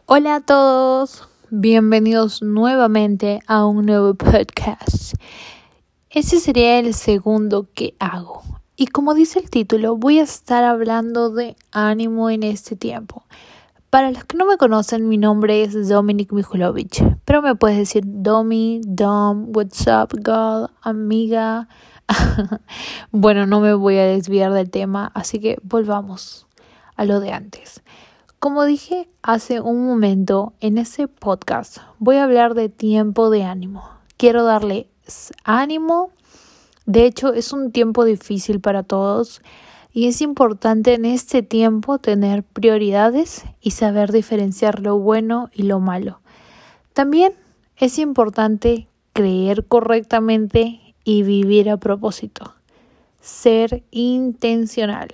Hola a todos, bienvenidos nuevamente a un nuevo podcast. Este sería el segundo que hago. Y como dice el título, voy a estar hablando de ánimo en este tiempo. Para los que no me conocen, mi nombre es Dominic Mijulovic, pero me puedes decir Domi, Dom, what's up, girl, amiga. Bueno, no me voy a desviar del tema, así que volvamos a lo de antes. Como dije hace un momento, en este podcast voy a hablar de tiempo de ánimo. Quiero darles ánimo. De hecho, es un tiempo difícil para todos y es importante en este tiempo tener prioridades y saber diferenciar lo bueno y lo malo. También es importante creer correctamente y vivir a propósito. Ser intencional.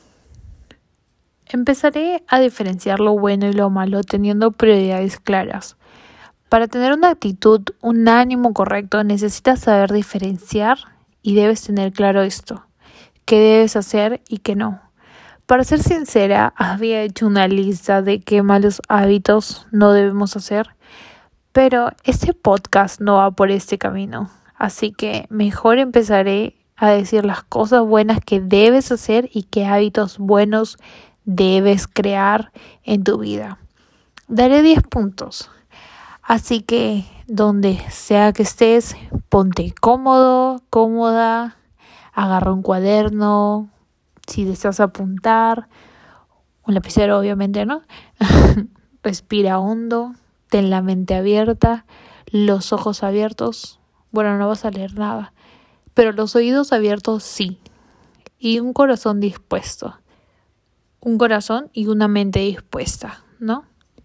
Empezaré a diferenciar lo bueno y lo malo teniendo prioridades claras. Para tener una actitud, un ánimo correcto, necesitas saber diferenciar y debes tener claro esto, qué debes hacer y qué no. Para ser sincera, había hecho una lista de qué malos hábitos no debemos hacer, pero este podcast no va por este camino, así que mejor empezaré a decir las cosas buenas que debes hacer y qué hábitos buenos debes crear en tu vida. Daré 10 puntos. Así que donde sea que estés, ponte cómodo, cómoda, agarra un cuaderno, si deseas apuntar, un lapicero obviamente, ¿no? Respira hondo, ten la mente abierta, los ojos abiertos. Bueno, no vas a leer nada, pero los oídos abiertos sí. Y un corazón dispuesto. Un corazón y una mente dispuesta, ¿no?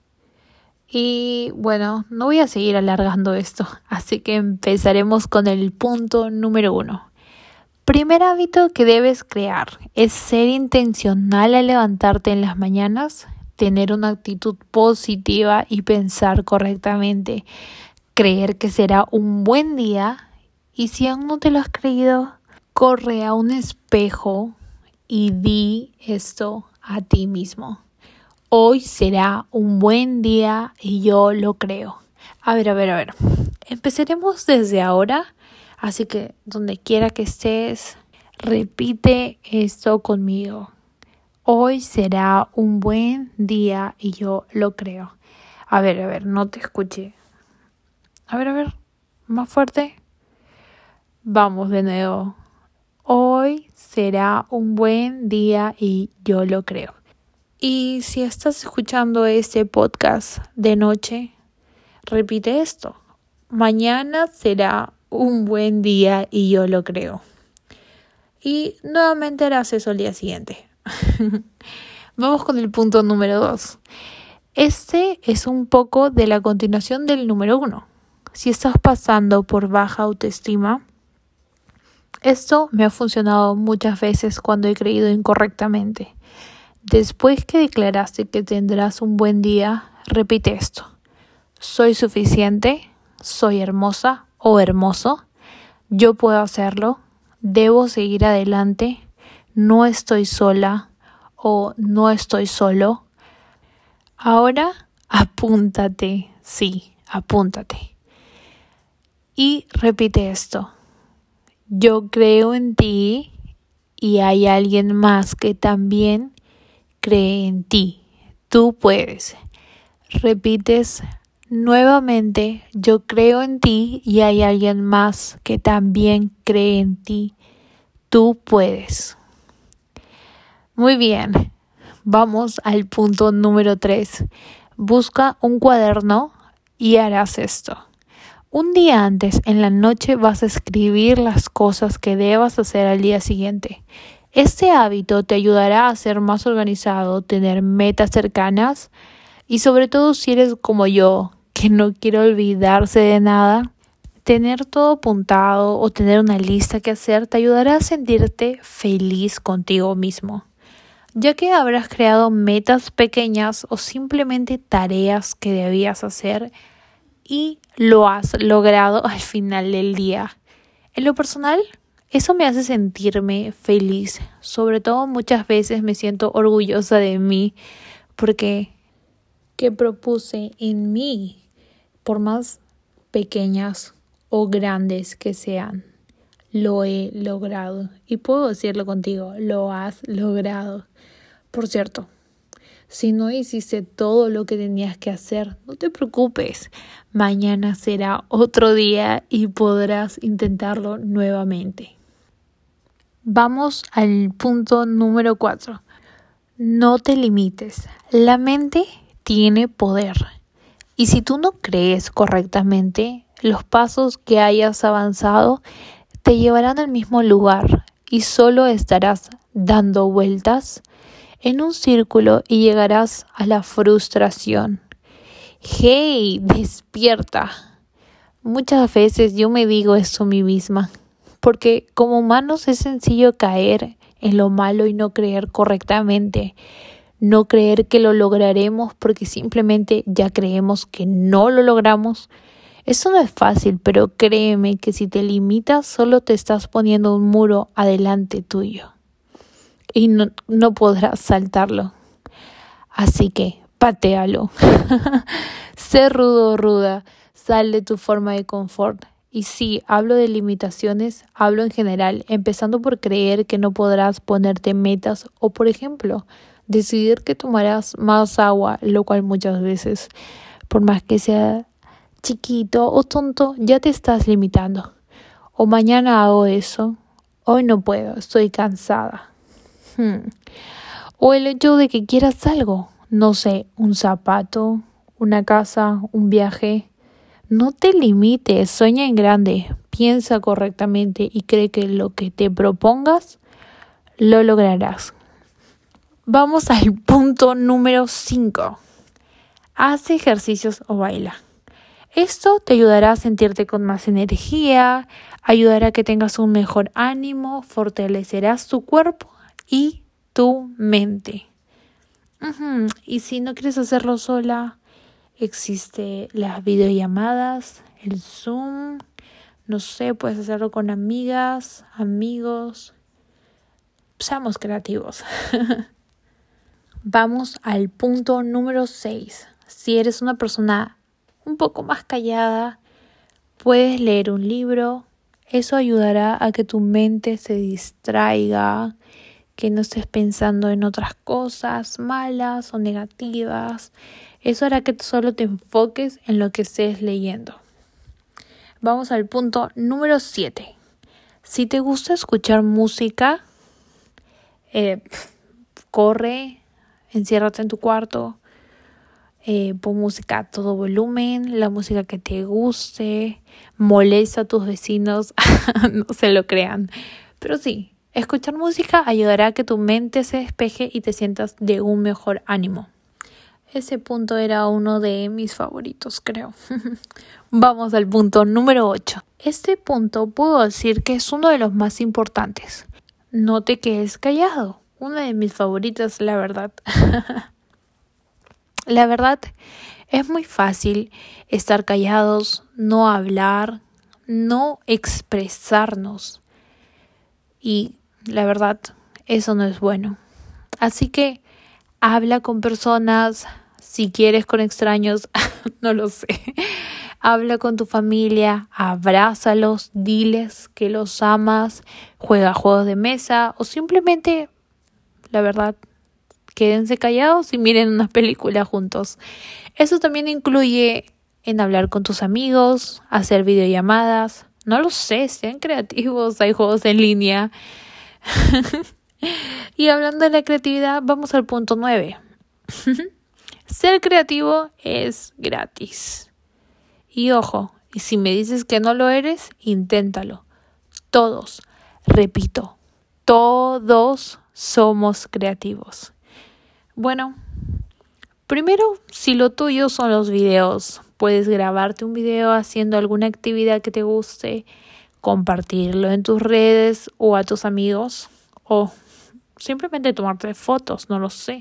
Y bueno, no voy a seguir alargando esto, así que empezaremos con el punto número 1. Primer hábito que debes crear es ser intencional al levantarte en las mañanas, tener una actitud positiva y pensar correctamente, creer que será un buen día y si aún no te lo has creído, corre a un espejo y di esto a ti mismo. Hoy será un buen día y yo lo creo. A ver. Empezaremos desde ahora, así que donde quiera que estés, repite esto conmigo. Hoy será un buen día y yo lo creo. A ver, no te escuché. A ver, más fuerte. Vamos de nuevo. Hoy será un buen día y yo lo creo. Y si estás escuchando este podcast de noche, repite esto. Mañana será un buen día y yo lo creo. Y nuevamente harás eso al día siguiente. Vamos con el punto número 2. Este es un poco de la continuación del número 1. Si estás pasando por baja autoestima, esto me ha funcionado muchas veces cuando he creído incorrectamente. Después que declaraste que tendrás un buen día, repite esto. Soy suficiente, soy hermosa o hermoso, yo puedo hacerlo, debo seguir adelante, no estoy sola o no estoy solo. Ahora apúntate, sí, apúntate. Y repite esto. Yo creo en ti y hay alguien más que también cree en ti. Tú puedes. Repites nuevamente, yo creo en ti y hay alguien más que también cree en ti. Tú puedes. Muy bien. Vamos al punto número 3. Busca un cuaderno y harás esto. Un día antes, en la noche, vas a escribir las cosas que debas hacer al día siguiente. Este hábito te ayudará a ser más organizado, tener metas cercanas y sobre todo si eres como yo, que no quiere olvidarse de nada, tener todo apuntado o tener una lista que hacer te ayudará a sentirte feliz contigo mismo, ya que habrás creado metas pequeñas o simplemente tareas que debías hacer y lo has logrado al final del día. En lo personal, eso me hace sentirme feliz. Sobre todo muchas veces me siento orgullosa de mí porque que propuse en mí, por más pequeñas o grandes que sean, lo he logrado. Y puedo decirlo contigo, lo has logrado. Por cierto, si no hiciste todo lo que tenías que hacer, no te preocupes. Mañana será otro día y podrás intentarlo nuevamente. Vamos al punto número 4. No te limites. La mente tiene poder. Y si tú no crees correctamente, los pasos que hayas avanzado te llevarán al mismo lugar y solo estarás dando vueltas en un círculo y llegarás a la frustración. ¡Hey! ¡Despierta! Muchas veces yo me digo esto a mí misma, porque como humanos es sencillo caer en lo malo y no creer correctamente, no creer que lo lograremos porque simplemente ya creemos que no lo logramos. Eso no es fácil, pero créeme que si te limitas solo te estás poniendo un muro adelante tuyo y no podrás saltarlo. Así que patéalo. Sé rudo o ruda, sal de tu forma de confort. Y sí, hablo de limitaciones, hablo en general, empezando por creer que no podrás ponerte metas o, por ejemplo, decidir que tomarás más agua, lo cual muchas veces, por más que sea chiquito o tonto, ya te estás limitando. O mañana hago eso, hoy no puedo, estoy cansada. O el hecho de que quieras algo, no sé, un zapato, una casa, un viaje. No te limites, sueña en grande, piensa correctamente y cree que lo que te propongas lo lograrás. Vamos al punto número 5. Haz ejercicios o baila. Esto te ayudará a sentirte con más energía, ayudará a que tengas un mejor ánimo, fortalecerás tu cuerpo y tu mente. Y si no quieres hacerlo sola, existe las videollamadas, el Zoom, no sé, puedes hacerlo con amigas, amigos. Seamos creativos. Vamos al punto número 6. Si eres una persona un poco más callada, puedes leer un libro. Eso ayudará a que tu mente se distraiga, que no estés pensando en otras cosas malas o negativas. Eso hará que solo te enfoques en lo que estés leyendo. Vamos al punto número 7. Si te gusta escuchar música, corre, enciérrate en tu cuarto, pon música a todo volumen, la música que te guste, molesta a tus vecinos, no se lo crean. Pero sí, escuchar música ayudará a que tu mente se despeje y te sientas de un mejor ánimo. Ese punto era uno de mis favoritos, creo. Vamos al punto número 8. Este punto puedo decir que es uno de los más importantes. No te quedes callado. Una de mis favoritas, la verdad. La verdad, es muy fácil estar callados, no hablar, no expresarnos. Y la verdad, eso no es bueno. Así que habla con personas, si quieres con extraños, no lo sé. Habla con tu familia, abrázalos, diles que los amas, juega juegos de mesa o simplemente, la verdad, quédense callados y miren una película juntos. Eso también incluye en hablar con tus amigos, hacer videollamadas. No lo sé, sean creativos, hay juegos en línea. Y hablando de la creatividad, vamos al punto 9. Ser creativo es gratis. Y ojo, y si me dices que no lo eres, inténtalo. Todos, repito, todos somos creativos. Bueno, primero, si lo tuyo son los videos, puedes grabarte un video haciendo alguna actividad que te guste, compartirlo en tus redes o a tus amigos, o simplemente tomarte fotos, no lo sé.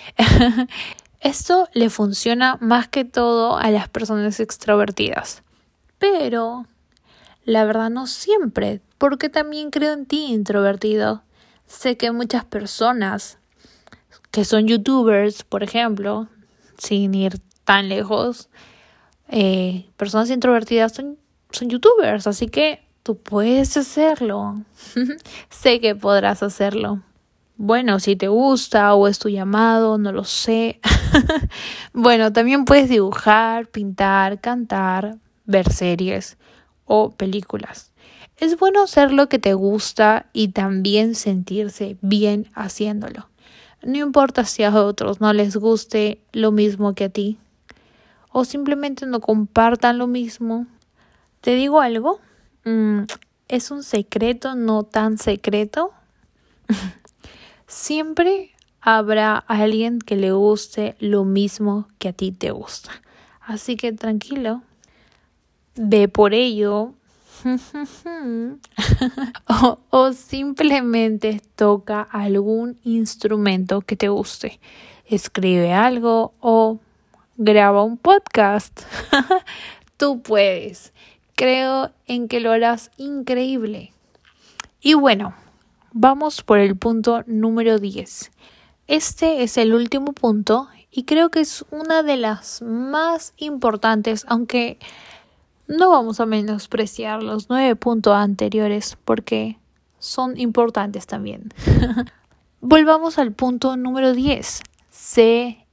Esto le funciona más que todo a las personas extrovertidas, pero la verdad no siempre, porque también creo en ti, introvertido. Sé que muchas personas que son youtubers, por ejemplo, sin ir tan lejos, personas introvertidas son youtubers, así que tú puedes hacerlo. Sé que podrás hacerlo. Bueno, si te gusta o es tu llamado, no lo sé. Bueno, también puedes dibujar, pintar, cantar, ver series o películas. Es bueno hacer lo que te gusta y también sentirse bien haciéndolo. No importa si a otros no les guste lo mismo que a ti o simplemente no compartan lo mismo. ¿Te digo algo? Es un secreto no tan secreto. Siempre habrá alguien que le guste lo mismo que a ti te gusta. Así que tranquilo, ve por ello. o simplemente toca algún instrumento que te guste. Escribe algo o graba un podcast. Tú puedes. Creo en que lo harás increíble. Y bueno, vamos por el punto número 10. Este es el último punto y creo que es una de las más importantes, aunque no vamos a menospreciar los 9 puntos anteriores porque son importantes también. Volvamos al punto número 10. Sé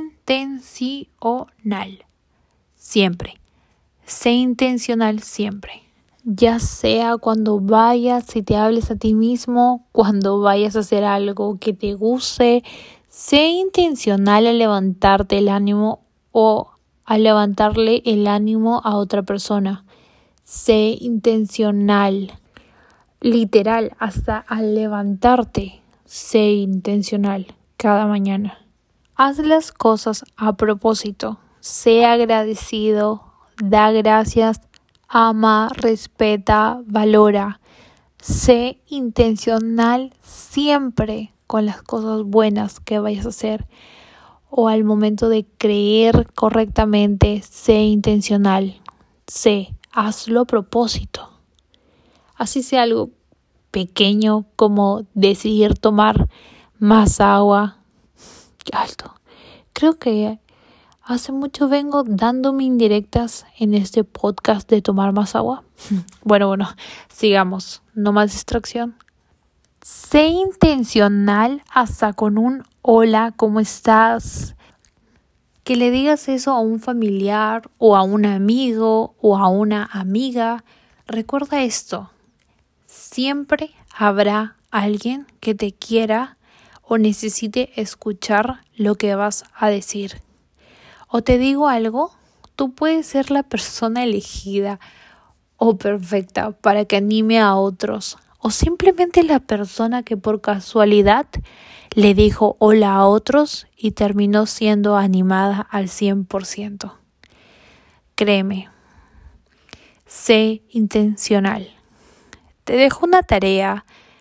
intencional. Siempre. Sé intencional siempre. Ya sea cuando vayas y te hables a ti mismo, cuando vayas a hacer algo que te guste, sé intencional al levantarte el ánimo o a levantarle el ánimo a otra persona. Sé intencional, literal, hasta al levantarte, sé intencional cada mañana. Haz las cosas a propósito, sé agradecido, da gracias, ama, respeta, valora. Sé intencional siempre con las cosas buenas que vayas a hacer. O al momento de creer correctamente, sé intencional. Hazlo a propósito. Así sea algo pequeño como decidir tomar más agua. ¡Qué alto! Creo que hace mucho vengo dándome indirectas en este podcast de tomar más agua. Bueno, sigamos. No más distracción. Sé intencional hasta con un hola, ¿cómo estás? Que le digas eso a un familiar o a un amigo o a una amiga. Recuerda esto. Siempre habrá alguien que te quiera o necesite escuchar lo que vas a decir. O te digo algo, tú puedes ser la persona elegida o perfecta para que anime a otros. O simplemente la persona que por casualidad le dijo hola a otros y terminó siendo animada al 100%. Créeme, sé intencional. Te dejo una tarea.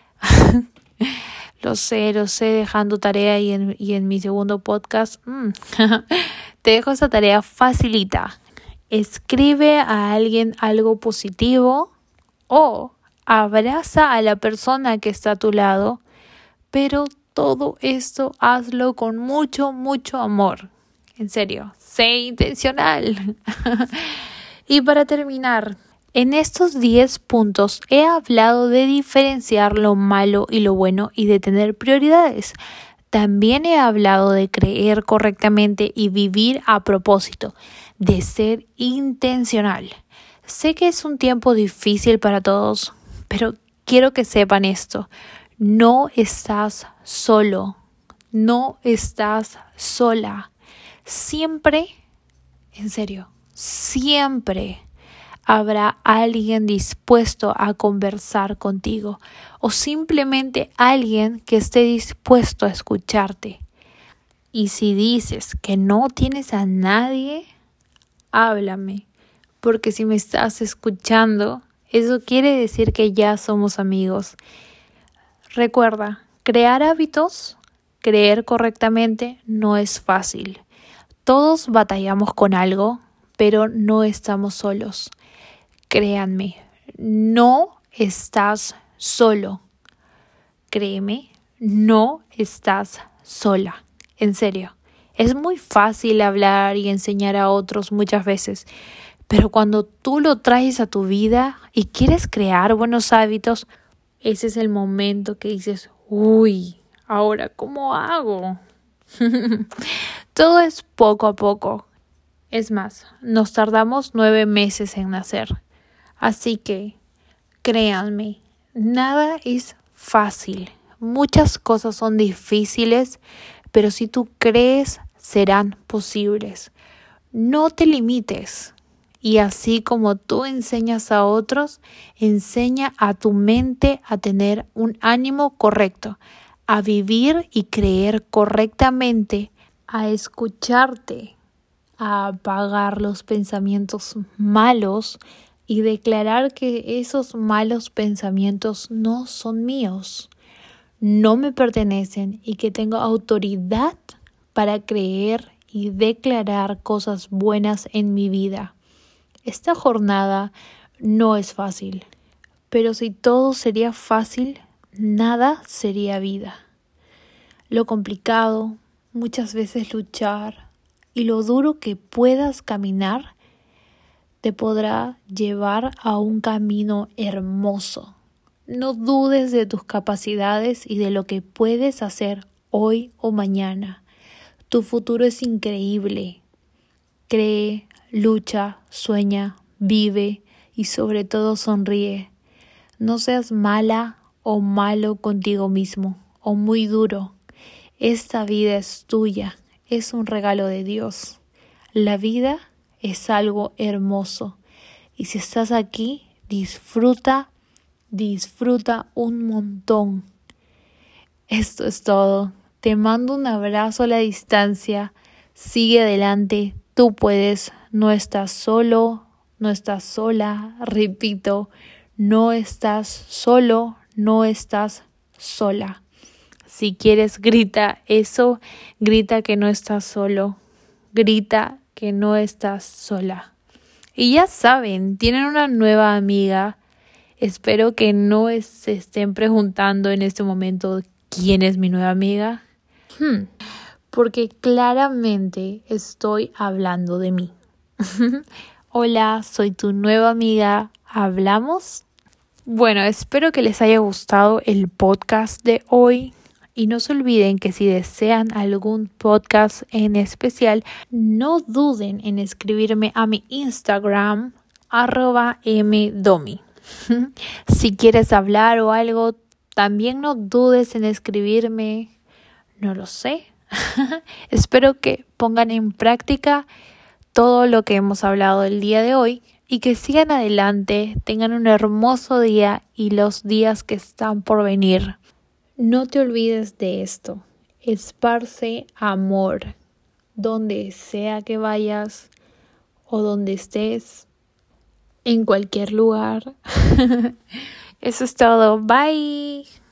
Lo sé, dejando tarea y en mi segundo podcast. Te dejo esa tarea facilita. Escribe a alguien algo positivo o abraza a la persona que está a tu lado, pero todo esto hazlo con mucho, mucho amor. En serio, sé intencional. Y para terminar, en estos 10 puntos he hablado de diferenciar lo malo y lo bueno y de tener prioridades. También he hablado de creer correctamente y vivir a propósito, de ser intencional. Sé que es un tiempo difícil para todos, pero quiero que sepan esto. No estás solo, no estás sola. Siempre, en serio, siempre habrá alguien dispuesto a conversar contigo o simplemente alguien que esté dispuesto a escucharte. Y si dices que no tienes a nadie, háblame, porque si me estás escuchando, eso quiere decir que ya somos amigos. Recuerda, crear hábitos, creer correctamente no es fácil. Todos batallamos con algo, pero no estamos solos. Créanme, no estás solo. Créeme, no estás sola. En serio, Es muy fácil hablar y enseñar a otros muchas veces, pero cuando tú lo traes a tu vida y quieres crear buenos hábitos, ese es el momento que dices, uy, ¿ahora cómo hago? Todo es poco a poco. Es más, nos tardamos 9 meses en nacer. Así que, créanme, nada es fácil. Muchas cosas son difíciles, pero si tú crees, serán posibles. No te limites. Y así como tú enseñas a otros, enseña a tu mente a tener un ánimo correcto, a vivir y creer correctamente, a escucharte, a apagar los pensamientos malos y declarar que esos malos pensamientos no son míos, no me pertenecen y que tengo autoridad para creer y declarar cosas buenas en mi vida. Esta jornada no es fácil, pero si todo sería fácil, nada sería vida. Lo complicado, muchas veces luchar y lo duro que puedas caminar, te podrá llevar a un camino hermoso. No dudes de tus capacidades y de lo que puedes hacer hoy o mañana. Tu futuro es increíble. Cree, lucha, sueña, vive y sobre todo sonríe. No seas mala o malo contigo mismo o muy duro. Esta vida es tuya, es un regalo de Dios. La vida es algo hermoso y si estás aquí, disfruta un montón. Esto es todo. Te mando un abrazo a la distancia. Sigue adelante. Tú puedes. No estás solo. No estás sola. Repito, no estás solo. No estás sola. Si quieres, grita eso. Grita que no estás solo. Grita que no estás sola. Y ya saben, tienen una nueva amiga. Espero que no se estén preguntando en este momento quién es mi nueva amiga. Porque claramente estoy hablando de mí. Hola, soy tu nueva amiga. ¿Hablamos? Bueno, espero que les haya gustado el podcast de hoy. Y no se olviden que si desean algún podcast en especial, no duden en escribirme a mi Instagram, @mdomi. Si quieres hablar o algo, también no dudes en escribirme. No lo sé. Espero que pongan en práctica todo lo que hemos hablado el día de hoy y que sigan adelante, tengan un hermoso día y los días que están por venir. No te olvides de esto. Esparce amor donde sea que vayas o donde estés, en cualquier lugar. Eso es todo. Bye.